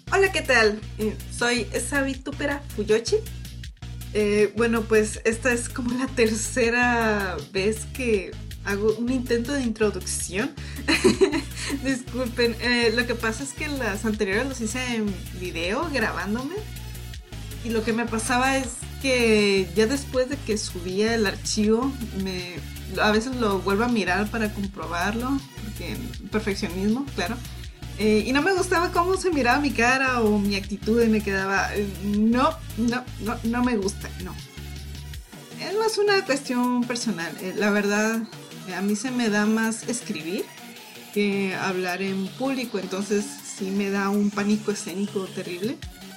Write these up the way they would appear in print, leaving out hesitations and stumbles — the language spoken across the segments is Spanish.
Hola, ¿qué tal? Soy Sabitupera Fuyoshi. Bueno, pues esta es como la tercera vez que hago un intento de introducción. Disculpen, lo que pasa es que las anteriores los hice en video grabándome y lo que me pasaba es que ya después de que subía el archivo, a veces lo vuelvo a mirar para comprobarlo, porque perfeccionismo, claro. Y no me gustaba cómo se miraba mi cara o mi actitud y me quedaba, no me gusta, no. Es más una cuestión personal. La verdad, a mí se me da más escribir que hablar en público, entonces sí me da un pánico escénico terrible.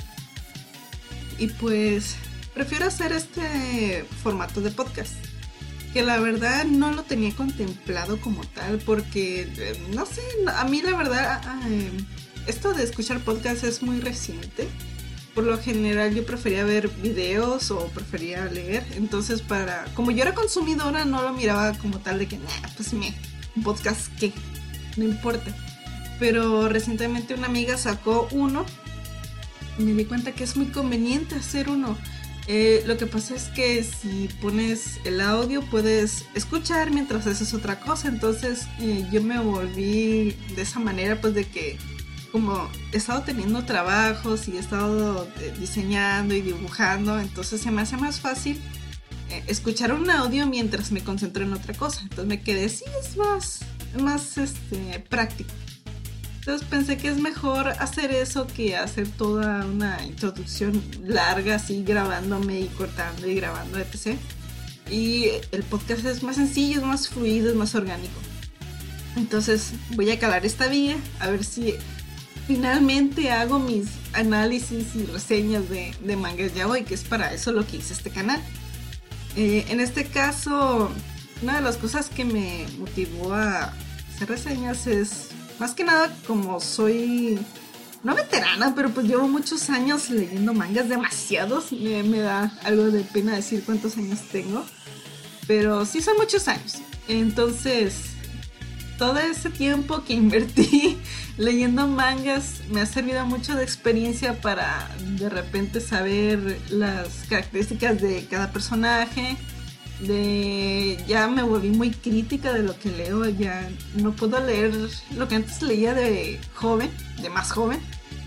Y pues prefiero hacer este formato de podcast, que la verdad no lo tenía contemplado como tal, porque no sé, a mí la verdad esto de escuchar podcast es muy reciente. Por lo general yo prefería ver videos o prefería leer, entonces como yo era consumidora no lo miraba como tal de que pues un podcast qué, no importa. Pero recientemente una amiga sacó uno y me di cuenta que es muy conveniente hacer uno. Lo que pasa es que si pones el audio puedes escuchar mientras haces otra cosa. Entonces yo me volví de esa manera, pues de que como he estado teniendo trabajos y he estado diseñando y dibujando, entonces se me hace más fácil escuchar un audio mientras me concentro en otra cosa. Entonces me quedé, sí, es más práctico. Entonces pensé que es mejor hacer eso que hacer toda una introducción larga así grabándome y cortando y grabando, etc. Y el podcast es más sencillo, es más fluido, es más orgánico. Entonces voy a calar esta vía a ver si finalmente hago mis análisis y reseñas de mangas yaoi, que es para eso lo que hice este canal. En este caso, una de las cosas que me motivó a hacer reseñas es más que nada como soy no veterana, pero pues llevo muchos años leyendo mangas, demasiados. Me da algo de pena decir cuántos años tengo, pero sí son muchos años. Entonces todo ese tiempo que invertí leyendo mangas me ha servido mucho de experiencia para de repente saber las características de cada personaje. Ya me volví muy crítica de lo que leo, ya no puedo leer lo que antes leía de más joven.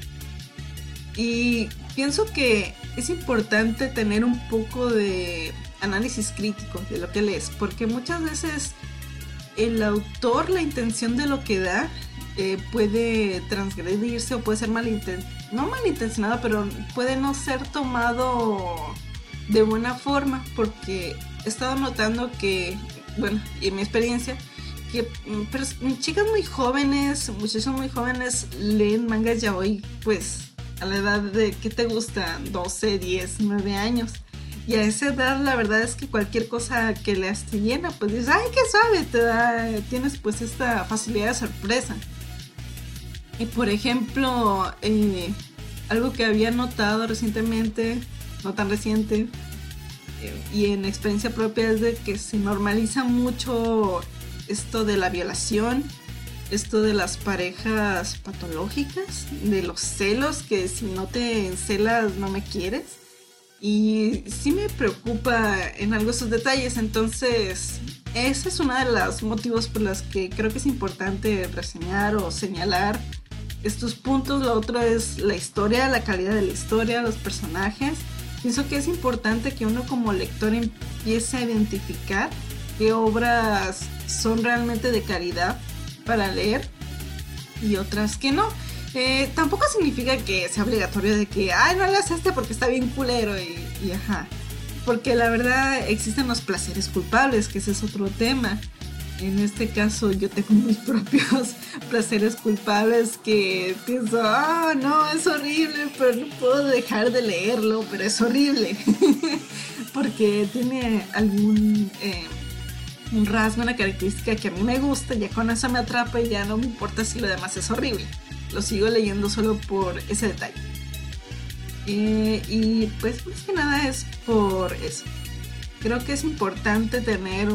Y pienso que es importante tener un poco de análisis crítico de lo que lees, porque muchas veces el autor, la intención de lo que da puede transgredirse o puede ser no malintencionado, pero puede no ser tomado de buena forma, porque he estado notando que, bueno, en mi experiencia, que chicas muy jóvenes, muchachos muy jóvenes leen mangas yaoi, pues a la edad de, ¿qué te gusta? 12, 10, 9 años. Y a esa edad la verdad es que cualquier cosa que leas te llena, pues dices, ay, qué suave, tienes pues esta facilidad de sorpresa. Y por ejemplo, algo que había notado recientemente, no tan reciente, y en experiencia propia, es de que se normaliza mucho esto de la violación, esto de las parejas patológicas, de los celos, que si no te encelas no me quieres. Y sí me preocupa en algo esos detalles. Entonces ese es uno de los motivos por los que creo que es importante reseñar o señalar estos puntos. Lo otro es la historia, la calidad de la historia, los personajes. Pienso que es importante que uno como lector empiece a identificar qué obras son realmente de calidad para leer y otras que no. Tampoco significa que sea obligatorio de que no leas este porque está bien culero y ajá. Porque la verdad existen los placeres culpables, que ese es otro tema. En este caso yo tengo mis propios placeres culpables que pienso, no, es horrible, pero no puedo dejar de leerlo, pero es horrible. Porque tiene algún un rasgo, una característica que a mí me gusta, ya con eso me atrapa y ya no me importa si lo demás es horrible. Lo sigo leyendo solo por ese detalle. Y pues más que nada es por eso. Creo que es importante tener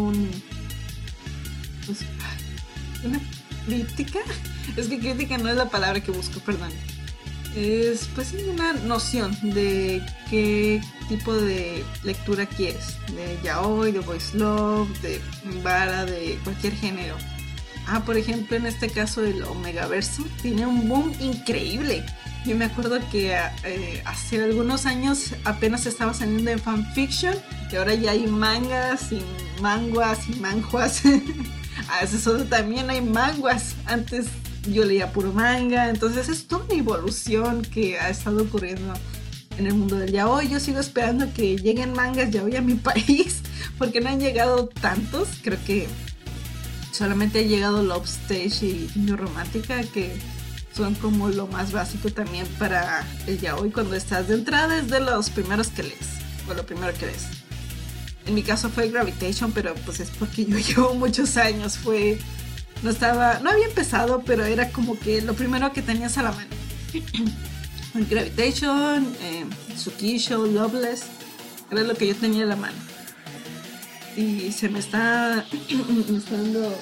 una crítica. Es que crítica no es la palabra que busco, perdón. Es pues sí, una noción de qué tipo de lectura quieres, de yaoi, de boys love, de vara, de cualquier género. Por ejemplo, en este caso el Omegaverso tiene un boom increíble. Yo me acuerdo que hace algunos años apenas estaba saliendo en fanfiction y ahora ya hay mangas y manguas y manjuas. Eso también hay manguas. Antes yo leía puro manga, entonces es toda una evolución que ha estado ocurriendo en el mundo del yaoi. Yo sigo esperando que lleguen mangas yaoi a mi país porque no han llegado tantos. Creo que solamente ha llegado Love Stage y Niño Romántica, que son como lo más básico también para el yaoi. Cuando estás de entrada es de los primeros que lees, o lo primero que ves. En mi caso fue Gravitation, pero pues es porque yo llevo muchos años. No había empezado, pero era como que lo primero que tenías a la mano. Gravitation, Tsukisho, Loveless, era lo que yo tenía a la mano. Y se me está dando...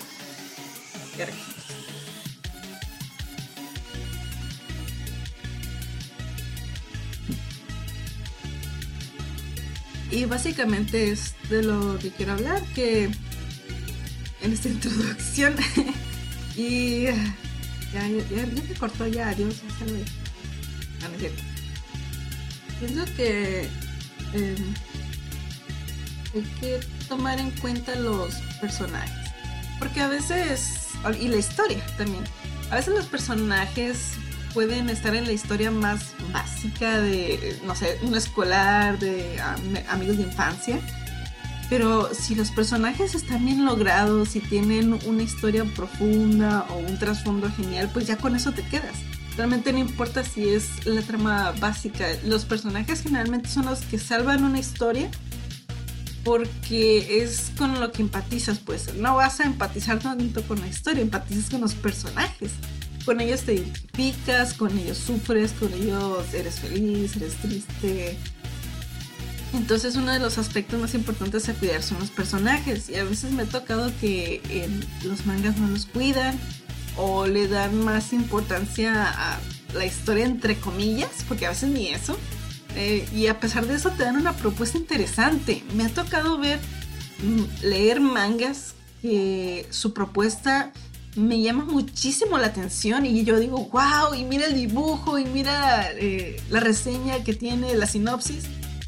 Y básicamente es de lo que quiero hablar, que en esta introducción y ya me cortó, ya, adiós, hasta luego. No es cierto. Pienso que hay que tomar en cuenta los personajes, porque a veces, y la historia también, a veces los personajes pueden estar en la historia más básica de, no sé, un escolar, de amigos de infancia, pero si los personajes están bien logrados y tienen una historia profunda o un trasfondo genial, pues ya con eso te quedas. Realmente no importa si es la trama básica. Los personajes generalmente son los que salvan una historia porque es con lo que empatizas, pues. No vas a empatizar tanto con la historia, empatizas con los personajes. Con ellos te identificas, con ellos sufres, con ellos eres feliz, eres triste. Entonces uno de los aspectos más importantes a cuidar son los personajes. Y a veces me ha tocado que los mangas no los cuidan o le dan más importancia a la historia entre comillas, porque a veces ni eso. Y a pesar de eso te dan una propuesta interesante. Me ha tocado leer mangas que su propuesta me llama muchísimo la atención y yo digo, wow, y mira el dibujo y mira la reseña que tiene, la sinopsis.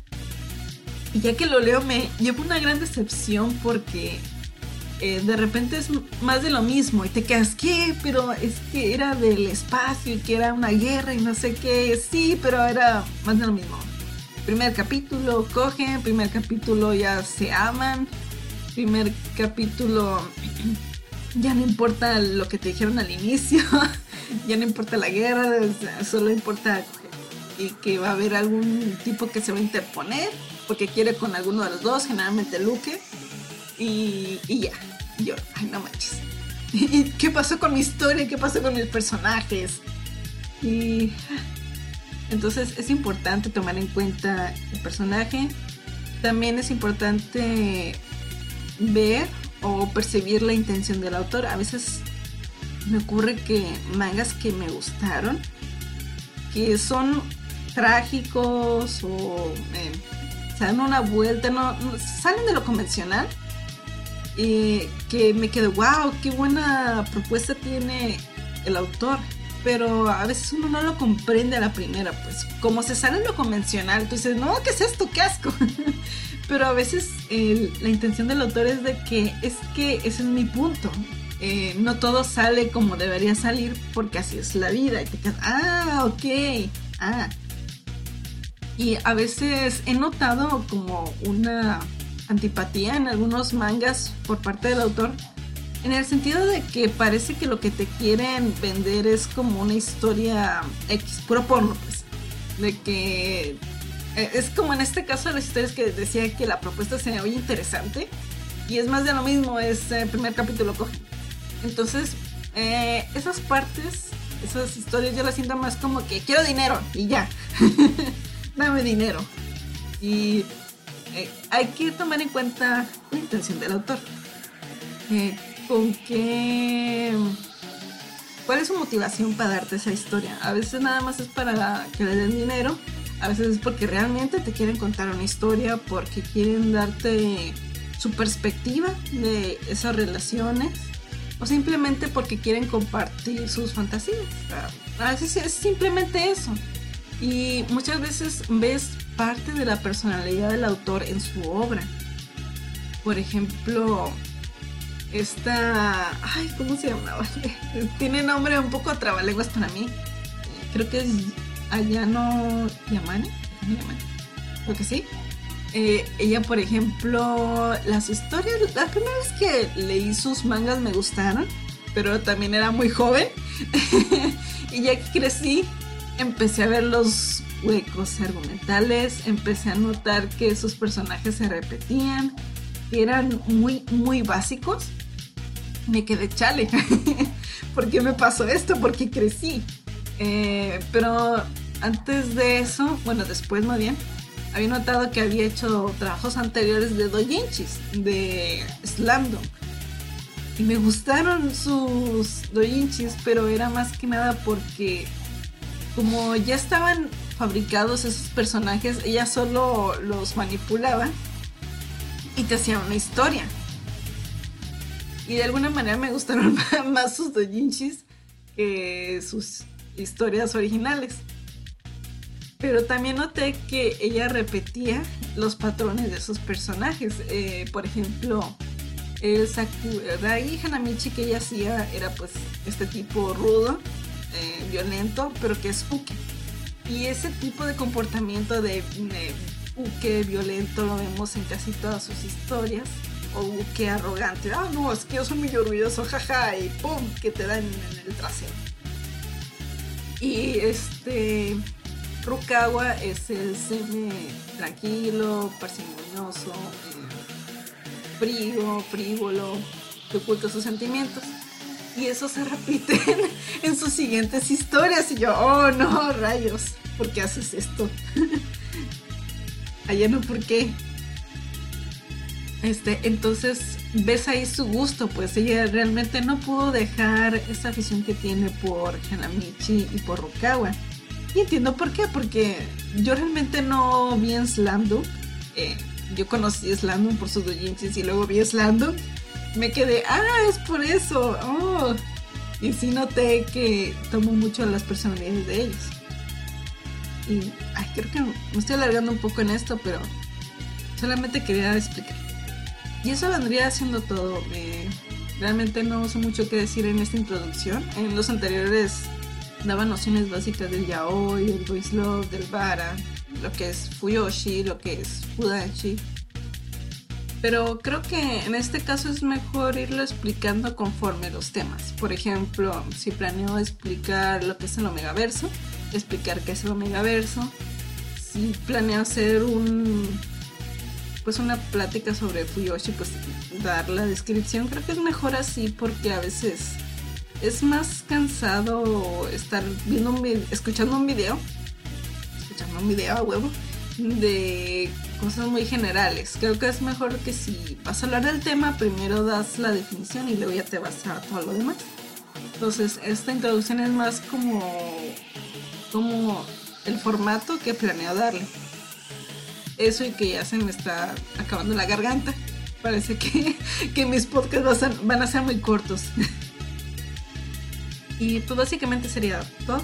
Y ya que lo leo me lleva una gran decepción porque de repente es más de lo mismo y te quedas, ¿qué? Pero es que era del espacio y que era una guerra y no sé qué. Sí, pero era más de lo mismo. Primer capítulo cogen, primer capítulo ya se aman, primer capítulo ya no importa lo que te dijeron al inicio, ya no importa la guerra, solo importa coger. Y que va a haber algún tipo que se va a interponer porque quiere con alguno de los dos, generalmente Luke, y ya. Y yo, ay, no manches. ¿Y qué pasó con mi historia? ¿Qué pasó con mis personajes? Y entonces es importante tomar en cuenta el personaje. También es importante ver o percibir la intención del autor. A veces me ocurre que mangas que me gustaron, que son trágicos o se dan una vuelta, no salen de lo convencional, que me quedo, wow, qué buena propuesta tiene el autor, pero a veces uno no lo comprende a la primera, pues como se sale de lo convencional, tú dices, no, ¿qué es esto? ¡Qué asco! Pero a veces la intención del autor es de que ese es mi punto. No todo sale como debería salir porque así es la vida. Y te quedas, ok. Y a veces he notado como una antipatía en algunos mangas por parte del autor, en el sentido de que parece que lo que te quieren vender es como una historia X, puro porno, pues. De que es como en este caso de las historias que decía que la propuesta se oye interesante y es más de lo mismo, es el primer capítulo coge. Entonces esas partes, esas historias yo las siento más como que quiero dinero y ya. Dame dinero. Y hay que tomar en cuenta la intención del autor, con qué ¿Cuál es su motivación para darte esa historia? A veces nada más es para que le den dinero, a veces es porque realmente te quieren contar una historia, porque quieren darte su perspectiva de esas relaciones, o simplemente porque quieren compartir sus fantasías. A veces es simplemente eso. Y muchas veces ves parte de la personalidad del autor en su obra. Por ejemplo, ¿cómo se llamaba? Tiene nombre un poco trabalenguas para mí. Creo que es Ayano Yamane. Creo que sí. Ella, por ejemplo, las historias, la primera vez que leí sus mangas me gustaron, pero también era muy joven. Y ya que crecí, empecé a ver los huecos argumentales, empecé a notar que sus personajes se repetían, que eran muy, muy básicos. Me quedé chale. ¿Por qué me pasó esto? Porque crecí. Pero antes de eso, bueno, después más bien, había notado que había hecho trabajos anteriores de doujinshis, de Slam Dunk. Y me gustaron sus doujinshis, pero era más que nada porque como ya estaban fabricados esos personajes, ella solo los manipulaba y te hacía una historia. Y de alguna manera me gustaron más sus doujinshis que sus historias originales. Pero también noté que ella repetía los patrones de sus personajes. Por ejemplo, el Sakurai Hanamichi que ella hacía era pues este tipo rudo, violento, pero que es uke. Y ese tipo de comportamiento de uke violento lo vemos en casi todas sus historias. O uke arrogante. No, es que yo soy muy orgulloso, jaja, y pum, que te dan en el trasero. Y Rukawa es el semi tranquilo, parsimonioso, frío, frívolo, que oculta sus sentimientos. Y eso se repite en sus siguientes historias. Y yo, oh no, rayos, ¿por qué haces esto? Allá no, ¿por qué? Entonces ves ahí su gusto, pues ella realmente no pudo dejar esa afición que tiene por Hanamichi y por Rukawa. Y entiendo por qué, porque yo realmente no vi en Slam Dunk. Yo conocí Slam Dunk por sus doujinshis y luego vi Slam Dunk. Me quedé, es por eso. Oh. Y sí noté que tomo mucho las personalidades de ellos. Y creo que me estoy alargando un poco en esto, pero solamente quería explicar. Y eso vendría siendo todo. Realmente no sé mucho que decir en esta introducción. En los anteriores daba nociones básicas del yaoi, del boys love, del bara, lo que es fuyoshi, lo que es fudanshi. Pero creo que en este caso es mejor irlo explicando conforme los temas. Por ejemplo, si planeo explicar lo que es el Omegaverso, explicar qué es el Omegaverso. Si planeo hacer una plática sobre fuyoshi, pues dar la descripción. Creo que es mejor así porque a veces es más cansado estar escuchando un video a huevo de cosas muy generales. Creo que es mejor que si vas a hablar del tema, primero das la definición y luego ya te vas a todo lo demás. Entonces esta introducción es más como el formato que planeo darle. Eso, y que ya se me está acabando la garganta. Parece que mis podcasts van a ser muy cortos. Y pues básicamente sería todo.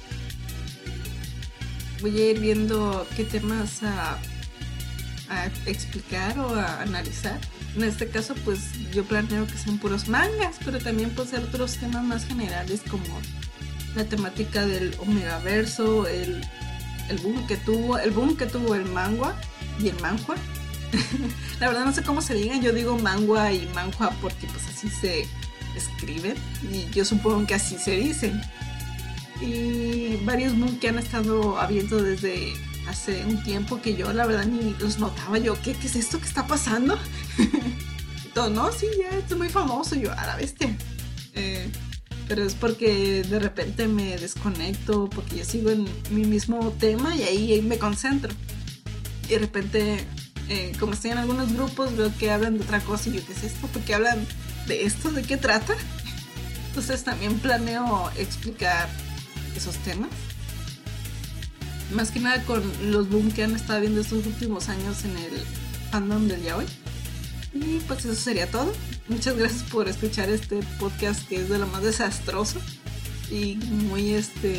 Voy a ir viendo qué temas a explicar o a analizar. En este caso pues yo planeo que sean puros mangas, pero también puede ser otros temas más generales como la temática del Omegaverso, el boom que tuvo el manga y el manhwa. La verdad no sé cómo se diga, yo digo manga y manhwa porque pues así se escriben y yo supongo que así se dicen. Y varios boom que han estado habiendo desde hace un tiempo que yo la verdad ni los notaba. Yo, ¿qué es esto que está pasando? Todo, no, sí, ya estoy muy famoso. Yo, a la bestia. Pero es porque de repente me desconecto, porque yo sigo en mi mismo tema y ahí me concentro. Y de repente, como estoy en algunos grupos, veo que hablan de otra cosa y yo, ¿qué es esto? ¿Por qué hablan de esto? ¿De qué trata? Entonces también planeo explicar esos temas. Más que nada con los boom que han estado viendo estos últimos años en el fandom del yaoi. Y pues eso sería todo. Muchas gracias por escuchar este podcast que es de lo más desastroso. Y muy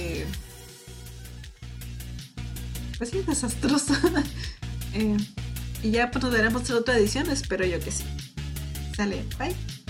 pues sí, desastroso. Y ya pues nos veremos en otra edición. Espero yo que sí. Sale, bye.